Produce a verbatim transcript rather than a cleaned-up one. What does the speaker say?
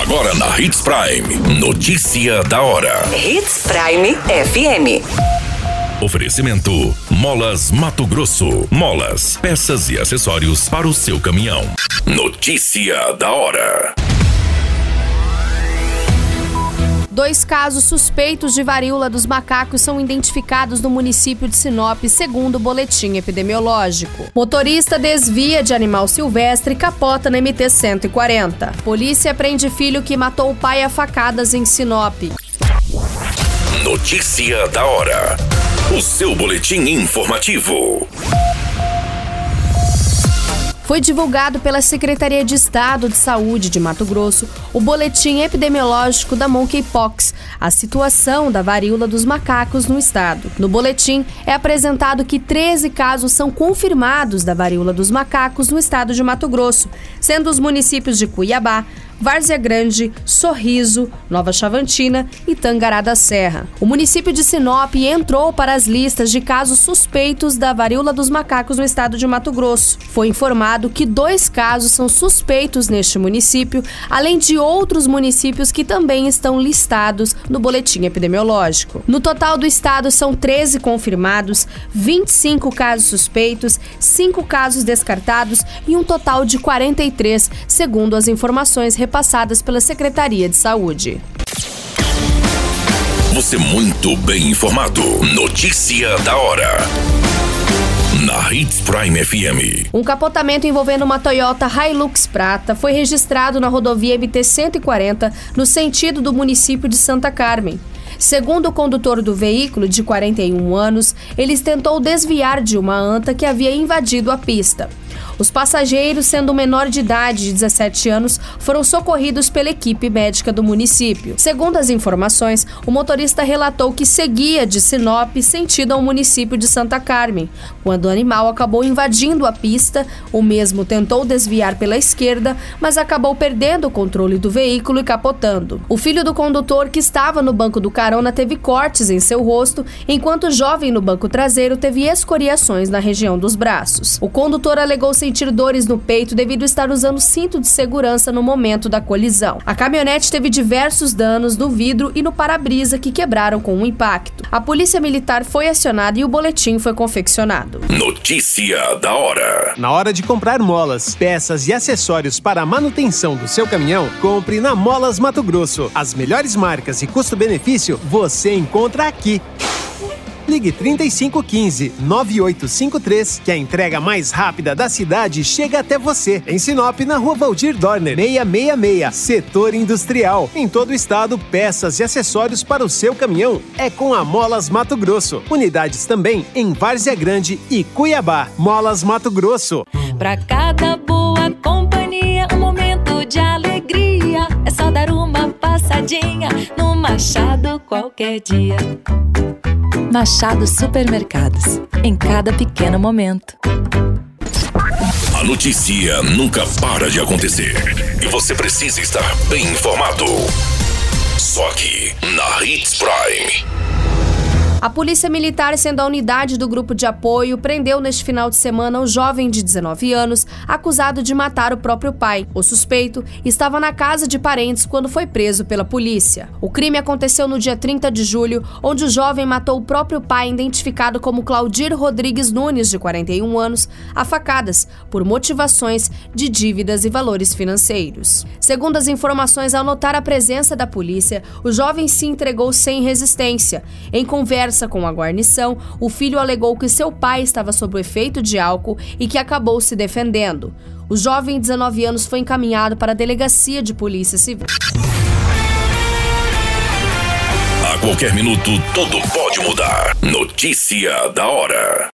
Agora na Hits Prime. Notícia da hora. Hits Prime F M. Oferecimento: Molas Mato Grosso. Molas, peças e acessórios para o seu caminhão. Notícia da hora. Dois casos suspeitos de varíola dos macacos são identificados no município de Sinop, segundo o boletim epidemiológico. Motorista desvia de animal silvestre e capota na M T cento e quarenta. Polícia prende filho que matou o pai a facadas em Sinop. Notícia da hora. O seu boletim informativo. Foi divulgado pela Secretaria de Estado de Saúde de Mato Grosso o boletim epidemiológico da Monkeypox, a situação da varíola dos macacos no estado. No boletim é apresentado que treze casos são confirmados da varíola dos macacos no estado de Mato Grosso, sendo os municípios de Cuiabá, Várzea Grande, Sorriso, Nova Chavantina e Tangará da Serra. O município de Sinop entrou para as listas de casos suspeitos da varíola dos macacos no estado de Mato Grosso. Foi informado que dois casos são suspeitos neste município, além de outros municípios que também estão listados no boletim epidemiológico. No total do estado são treze confirmados, vinte e cinco casos suspeitos, cinco casos descartados e um total de quarenta e três, segundo as informações repassadas pela Secretaria de Saúde. Você muito bem informado. Notícia da hora. Na Hits Prime F M. Um capotamento envolvendo uma Toyota Hilux prata foi registrado na rodovia M T cento e quarenta, no sentido do município de Santa Carmen. Segundo o condutor do veículo, de quarenta e um anos, ele tentou desviar de uma anta que havia invadido a pista. Os passageiros, sendo menor de idade de dezessete anos, foram socorridos pela equipe médica do município. Segundo as informações, o motorista relatou que seguia de Sinop sentido ao município de Santa Carmen, quando o animal acabou invadindo a pista. O mesmo tentou desviar pela esquerda, mas acabou perdendo o controle do veículo e capotando. O filho do condutor, que estava no banco do carona, teve cortes em seu rosto, enquanto o jovem no banco traseiro teve escoriações na região dos braços. O condutor alegou sentir dores no peito devido a estar usando cinto de segurança no momento da colisão. A caminhonete teve diversos danos no vidro e no para-brisa que quebraram com o impacto. A polícia militar foi acionada e o boletim foi confeccionado. Notícia da hora. Na hora de comprar molas, peças e acessórios para a manutenção do seu caminhão, compre na Molas Mato Grosso. As melhores marcas e custo-benefício você encontra aqui. Ligue trinta e cinco quinze, nove oito cinco três, que a entrega mais rápida da cidade chega até você. Em Sinop, na rua Valdir Dorner, seiscentos e sessenta e seis, Setor Industrial. Em todo o estado, peças e acessórios para o seu caminhão é com a Molas Mato Grosso. Unidades também em Várzea Grande e Cuiabá. Molas Mato Grosso. Pra cada boa companhia, um momento de alegria. É só dar uma passadinha no Machado qualquer dia. Machado Supermercados, em cada pequeno momento. A notícia nunca para de acontecer e você precisa estar bem informado. Só aqui, na Hits Prime. A Polícia Militar, sendo a unidade do grupo de apoio, prendeu neste final de semana um jovem de dezenove anos, acusado de matar o próprio pai. O suspeito estava na casa de parentes quando foi preso pela polícia. O crime aconteceu no dia trinta de julho, onde o jovem matou o próprio pai, identificado como Claudir Rodrigues Nunes, de quarenta e um anos, a facadas, por motivações de dívidas e valores financeiros. Segundo as informações, ao notar a presença da polícia, o jovem se entregou sem resistência. Em conversa com a guarnição, o filho alegou que seu pai estava sob o efeito de álcool e que acabou se defendendo. O jovem de dezenove anos foi encaminhado para a delegacia de polícia civil. A qualquer minuto, tudo pode mudar. Notícia da hora.